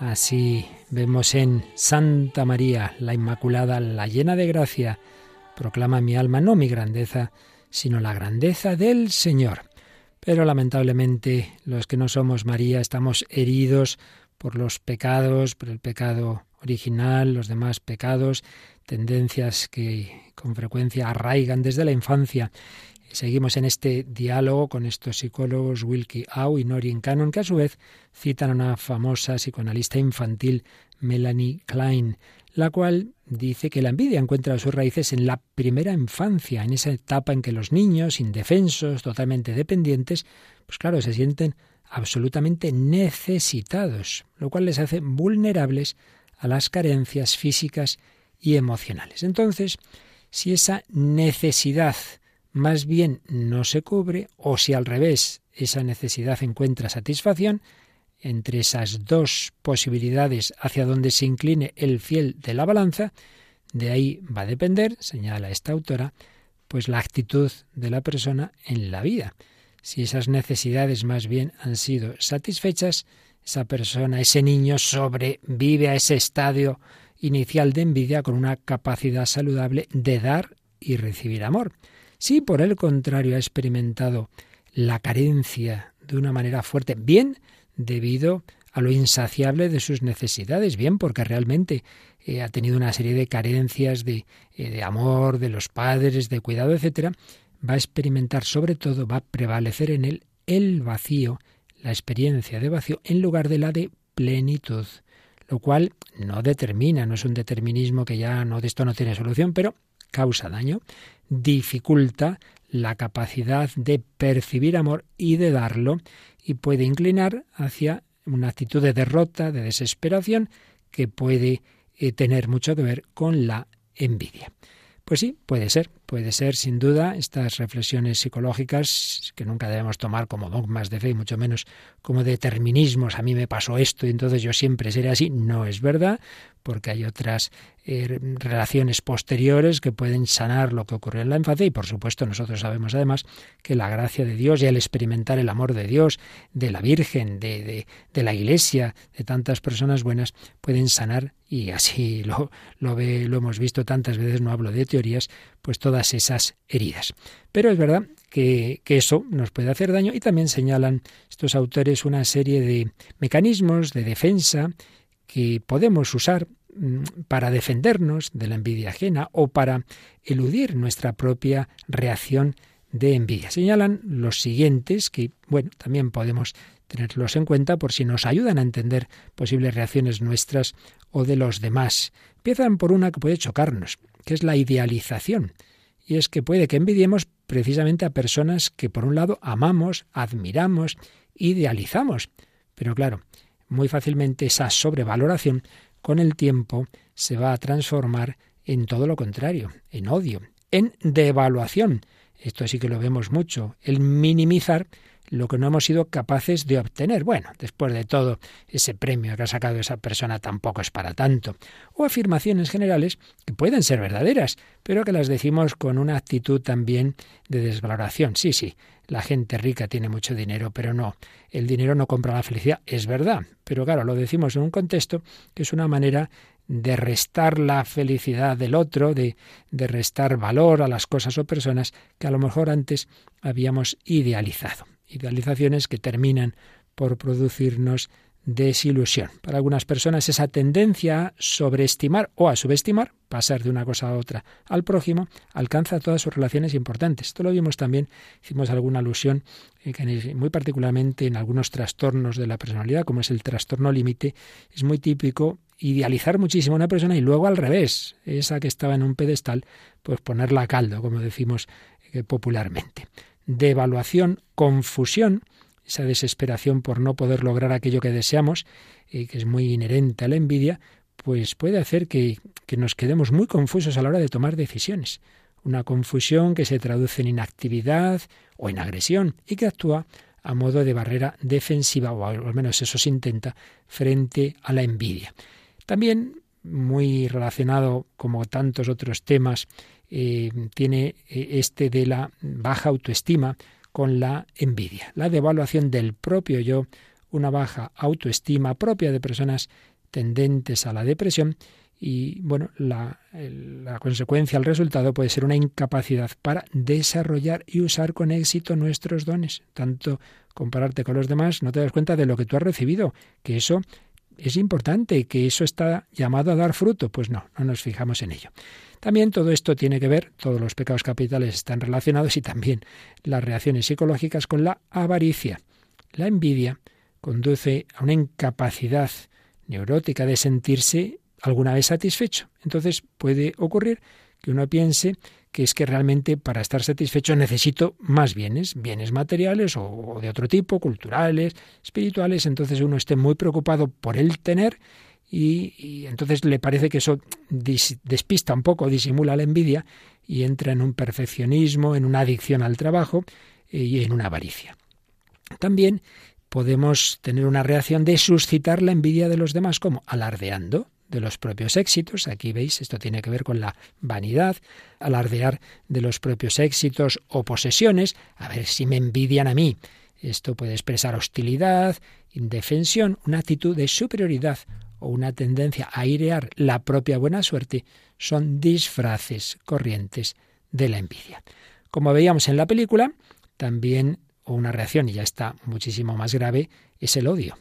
Así vemos en Santa María, la Inmaculada, la llena de gracia, proclama mi alma no mi grandeza, sino la grandeza del Señor. Pero lamentablemente los que no somos María estamos heridos por los pecados, por el pecado original, los demás pecados, tendencias que con frecuencia arraigan desde la infancia. Seguimos en este diálogo con estos psicólogos Wilkie Au y Noreen Cannon, que a su vez citan a una famosa psicoanalista infantil, Melanie Klein, la cual dice que la envidia encuentra sus raíces en la primera infancia, en esa etapa en que los niños, indefensos, totalmente dependientes, pues claro, se sienten absolutamente necesitados, lo cual les hace vulnerables a las carencias físicas y emocionales. Entonces, si esa necesidad más bien no se cubre, o si al revés esa necesidad encuentra satisfacción, entre esas dos posibilidades hacia donde se incline el fiel de la balanza, de ahí va a depender, señala esta autora, pues la actitud de la persona en la vida. Si esas necesidades más bien han sido satisfechas, esa persona, ese niño sobrevive a ese estadio inicial de envidia con una capacidad saludable de dar y recibir amor. Si por el contrario ha experimentado la carencia de una manera fuerte, bien debido a lo insaciable de sus necesidades, bien porque realmente ha tenido una serie de carencias de amor, de los padres, de cuidado, etcétera, va a experimentar sobre todo, va a prevalecer en él el vacío, la experiencia de vacío en lugar de la de plenitud, lo cual no determina, no es un determinismo que ya no, de esto no tiene solución, pero causa daño, dificulta la capacidad de percibir amor y de darlo, y puede inclinar hacia una actitud de derrota, de desesperación, que puede tener mucho que ver con la envidia. Pues sí, puede ser sin duda estas reflexiones psicológicas que nunca debemos tomar como dogmas de fe y mucho menos como determinismos. A mí me pasó esto y entonces yo siempre seré así. No es verdad, porque hay otras relaciones posteriores que pueden sanar lo que ocurrió en la infancia y por supuesto nosotros sabemos además que la gracia de Dios y el experimentar el amor de Dios, de la Virgen, de la Iglesia, de tantas personas buenas pueden sanar y así lo hemos visto tantas veces, no hablo de teorías, pues todas esas heridas. Pero es verdad que eso nos puede hacer daño y también señalan estos autores una serie de mecanismos de defensa que podemos usar para defendernos de la envidia ajena o para eludir nuestra propia reacción de envidia. Señalan los siguientes que, bueno, también podemos tenerlos en cuenta por si nos ayudan a entender posibles reacciones nuestras o de los demás. Empiezan por una que puede chocarnos, que es la idealización. Y es que puede que envidiemos precisamente a personas que por un lado amamos, admiramos, idealizamos. Pero claro, muy fácilmente esa sobrevaloración con el tiempo se va a transformar en todo lo contrario, en odio, en devaluación. Esto sí que lo vemos mucho, el minimizar lo que no hemos sido capaces de obtener. Bueno, después de todo, ese premio que ha sacado esa persona tampoco es para tanto. O afirmaciones generales que pueden ser verdaderas, pero que las decimos con una actitud también de desvaloración. Sí, la gente rica tiene mucho dinero, pero no, el dinero no compra la felicidad, es verdad. Pero claro, lo decimos en un contexto que es una manera de restar la felicidad del otro, de restar valor a las cosas o personas que a lo mejor antes habíamos idealizado. Idealizaciones que terminan por producirnos desilusión. Para algunas personas esa tendencia a sobreestimar o a subestimar, pasar de una cosa a otra al prójimo, alcanza todas sus relaciones importantes. Esto lo vimos también, hicimos alguna alusión, que muy particularmente en algunos trastornos de la personalidad, como es el trastorno límite, es muy típico idealizar muchísimo a una persona y luego al revés, esa que estaba en un pedestal, pues ponerla a caldo, como decimos popularmente. Devaluación, confusión esa desesperación por no poder lograr aquello que deseamos, que es muy inherente a la envidia, pues puede hacer que nos quedemos muy confusos a la hora de tomar decisiones. Una confusión que se traduce en inactividad o en agresión y que actúa a modo de barrera defensiva, o al menos eso se intenta, frente a la envidia. También, muy relacionado como tantos otros temas, tiene este de la baja autoestima con la envidia. La devaluación del propio yo, una baja autoestima propia de personas tendentes a la depresión y, bueno, la consecuencia, el resultado puede ser una incapacidad para desarrollar y usar con éxito nuestros dones. Tanto compararte con los demás, no te das cuenta de lo que tú has recibido, que eso es importante, que eso está llamado a dar fruto. Pues no nos fijamos en ello. También todo esto tiene que ver, todos los pecados capitales están relacionados y también las reacciones psicológicas con la avaricia. La envidia conduce a una incapacidad neurótica de sentirse alguna vez satisfecho. Entonces puede ocurrir que uno piense que es que realmente para estar satisfecho necesito más bienes materiales o de otro tipo, culturales, espirituales. Entonces uno esté muy preocupado por el tener y entonces le parece que eso despista un poco, disimula la envidia y entra en un perfeccionismo, en una adicción al trabajo y en una avaricia. También podemos tener una reacción de suscitar la envidia de los demás, como alardeando de los propios éxitos. Aquí veis, esto tiene que ver con la vanidad, alardear de los propios éxitos o posesiones, a ver si me envidian a mí. Esto puede expresar hostilidad, indefensión, una actitud de superioridad o una tendencia a airear la propia buena suerte. Son disfraces corrientes de la envidia. Como veíamos en la película, también una reacción, y ya está muchísimo más grave, es el odio.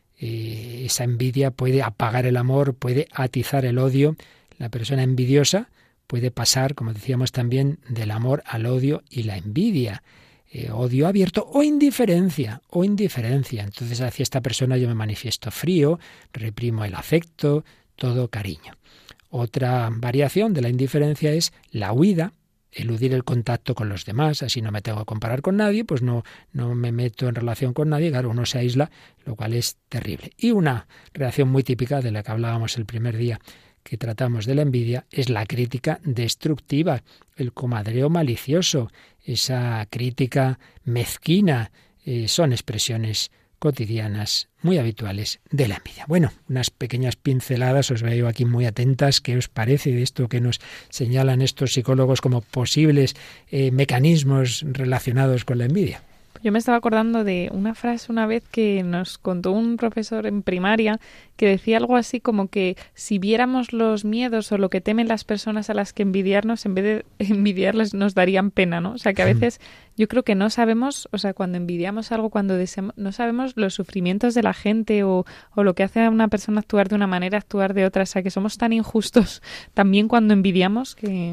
Esa envidia puede apagar el amor, puede atizar el odio. La persona envidiosa puede pasar, como decíamos también, del amor al odio y la envidia. Odio abierto o indiferencia. Entonces hacia esta persona yo me manifiesto frío, reprimo el afecto, todo cariño. Otra variación de la indiferencia es la huida, eludir el contacto con los demás, así no me tengo que comparar con nadie, pues no me meto en relación con nadie, claro, uno se aísla, lo cual es terrible. Y una reacción muy típica de la que hablábamos el primer día que tratamos de la envidia es la crítica destructiva, el comadreo malicioso, esa crítica mezquina, son expresiones cotidianas muy habituales de la envidia. Bueno, unas pequeñas pinceladas, os veo aquí muy atentas. ¿Qué os parece de esto que nos señalan estos psicólogos como posibles mecanismos relacionados con la envidia? Yo me estaba acordando de una frase una vez que nos contó un profesor en primaria que decía algo así como que si viéramos los miedos o lo que temen las personas a las que envidiarnos, en vez de envidiarles nos darían pena, ¿no? O sea que a veces yo creo que no sabemos, o sea, cuando envidiamos algo, cuando deseamos, no sabemos los sufrimientos de la gente o lo que hace a una persona actuar de una manera, actuar de otra. O sea que somos tan injustos también cuando envidiamos que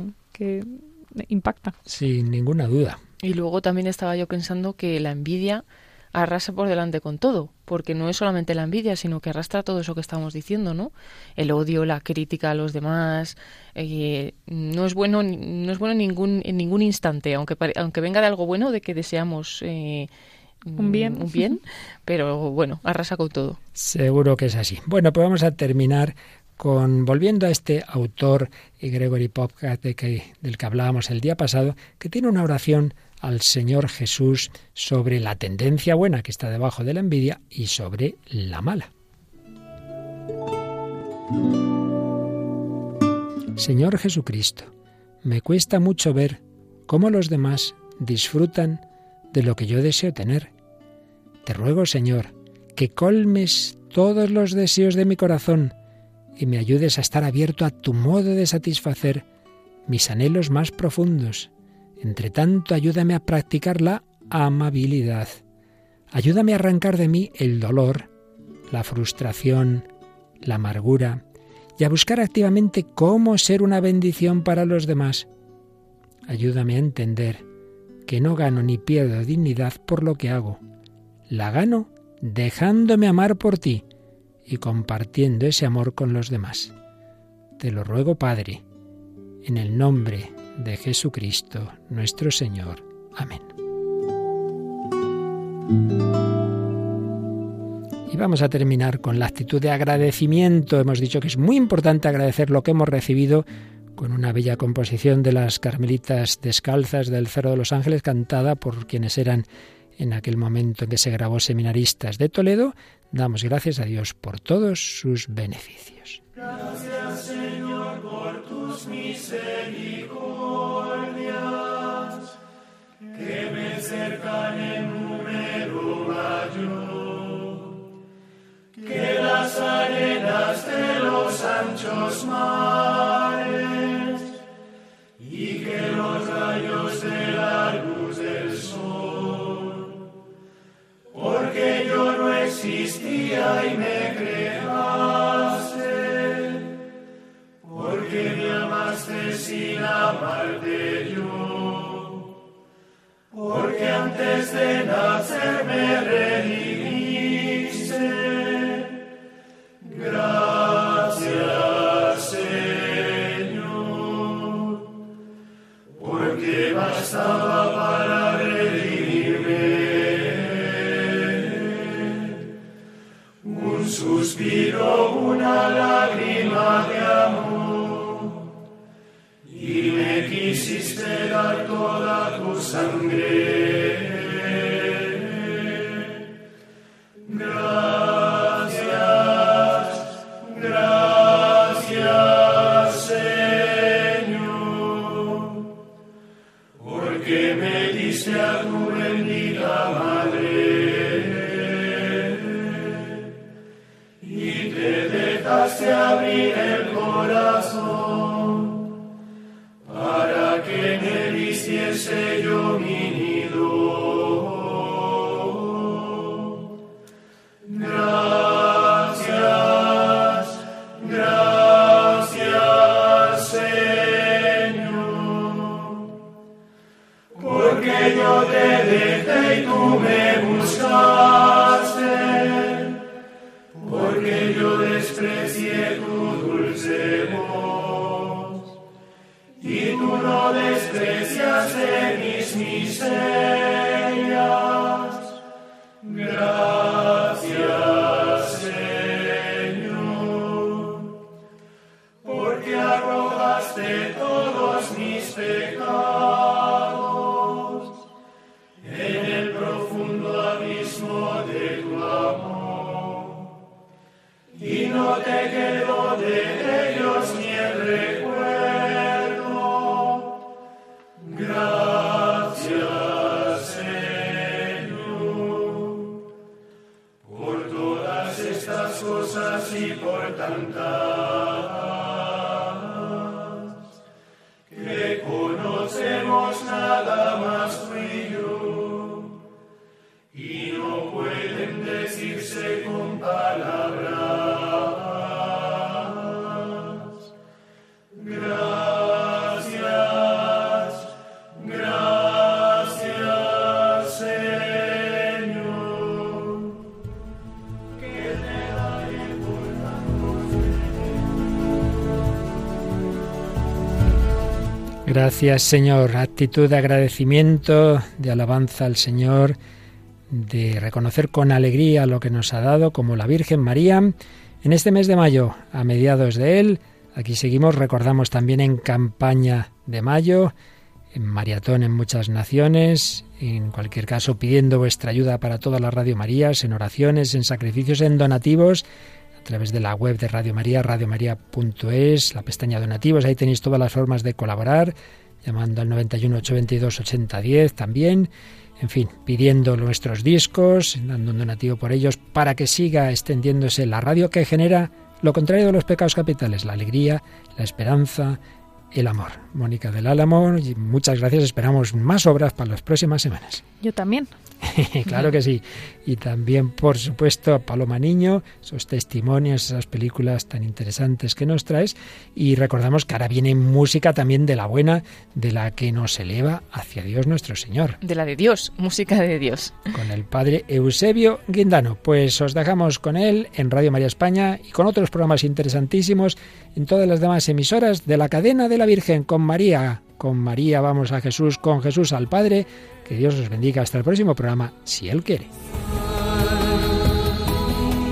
impacta. Sin ninguna duda. Y luego también estaba yo pensando que la envidia arrasa por delante con todo, porque no es solamente la envidia, sino que arrastra todo eso que estamos diciendo, ¿no? El odio, la crítica a los demás, no es bueno en ningún instante, aunque venga de algo bueno, de que deseamos un bien, pero bueno, arrasa con todo. Seguro que es así. Bueno, pues vamos a terminar volviendo a este autor, Gregory Popcak, del que hablábamos el día pasado, que tiene una oración al Señor Jesús sobre la tendencia buena que está debajo de la envidia y sobre la mala. Señor Jesucristo, me cuesta mucho ver cómo los demás disfrutan de lo que yo deseo tener. Te ruego, Señor, que colmes todos los deseos de mi corazón y me ayudes a estar abierto a tu modo de satisfacer mis anhelos más profundos. Entre tanto, ayúdame a practicar la amabilidad. Ayúdame a arrancar de mí el dolor, la frustración, la amargura y a buscar activamente cómo ser una bendición para los demás. Ayúdame a entender que no gano ni pierdo dignidad por lo que hago. La gano dejándome amar por ti y compartiendo ese amor con los demás. Te lo ruego, Padre, en el nombre de Jesucristo, nuestro Señor. Amén. Y vamos a terminar con la actitud de agradecimiento. Hemos dicho que es muy importante agradecer lo que hemos recibido, con una bella composición de las Carmelitas Descalzas del Cerro de los Ángeles, cantada por quienes eran en aquel momento en que se grabó Seminaristas de Toledo. Damos gracias a Dios por todos sus beneficios. Gracias, Señor, por tus misericordias, que me cercan en número mayor, que las arenas de los anchos mares y que los rayos de la luz del sol, porque yo no existía y me creaste, porque me amaste sin amarte yo, porque antes de nacer me redimiste. Gracias, Señor, porque bastaba para redimirme un suspiro, una lágrima de amor, y me quisiste dar toda tu sangre. Gracias, Señor, porque me diste a tu bendita madre y te dejaste abrir el corazón para que en él hiciese yo mi nido. Gracias, Señor, porque yo te dejé y tú me buscaste, porque yo desprecié tu dulce voz y tú no despreciaste mis miserias. Gracias, Señor, porque arrojaste todos mis pecados en el profundo abismo de tu amor, y no te quedó de ellos ni el recuerdo. Gracias, Señor, por todas estas cosas y por tantas que conocemos nada más tú y yo, y no pueden decirse con palabras. Gracias, gracias, Señor, que te daré por tantos beneficios. Gracias, Señor. Actitud de agradecimiento, de alabanza al Señor, de reconocer con alegría lo que nos ha dado, como la Virgen María. En este mes de mayo, a mediados de él, aquí seguimos, recordamos también en campaña de mayo, en maratón en muchas naciones, en cualquier caso pidiendo vuestra ayuda para todas las Radio Marías, en oraciones, en sacrificios, en donativos, a través de la web de Radio María, radiomaria.es, la pestaña donativos, ahí tenéis todas las formas de colaborar, llamando al 91 822 8010 también. En fin, pidiendo nuestros discos, dando un donativo por ellos para que siga extendiéndose la radio que genera lo contrario de los pecados capitales, la alegría, la esperanza, el amor. Mónica del Álamo, muchas gracias, esperamos más obras para las próximas semanas. Yo también. Claro que sí. Y también, por supuesto, a Paloma Niño, esos testimonios, esas películas tan interesantes que nos traes. Y recordamos que ahora viene música también de la buena, de la que nos eleva hacia Dios nuestro Señor. De la de Dios, música de Dios. Con el padre Eusebio Guindano. Pues os dejamos con él en Radio María España y con otros programas interesantísimos en todas las demás emisoras de la cadena de la Virgen. Con María vamos a Jesús, con Jesús al Padre. Que Dios os bendiga. Hasta el próximo programa, si Él quiere.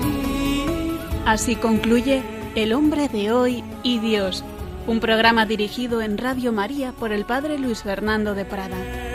Así concluye El hombre de hoy y Dios, un programa dirigido en Radio María por el Padre Luis Fernando de Prada.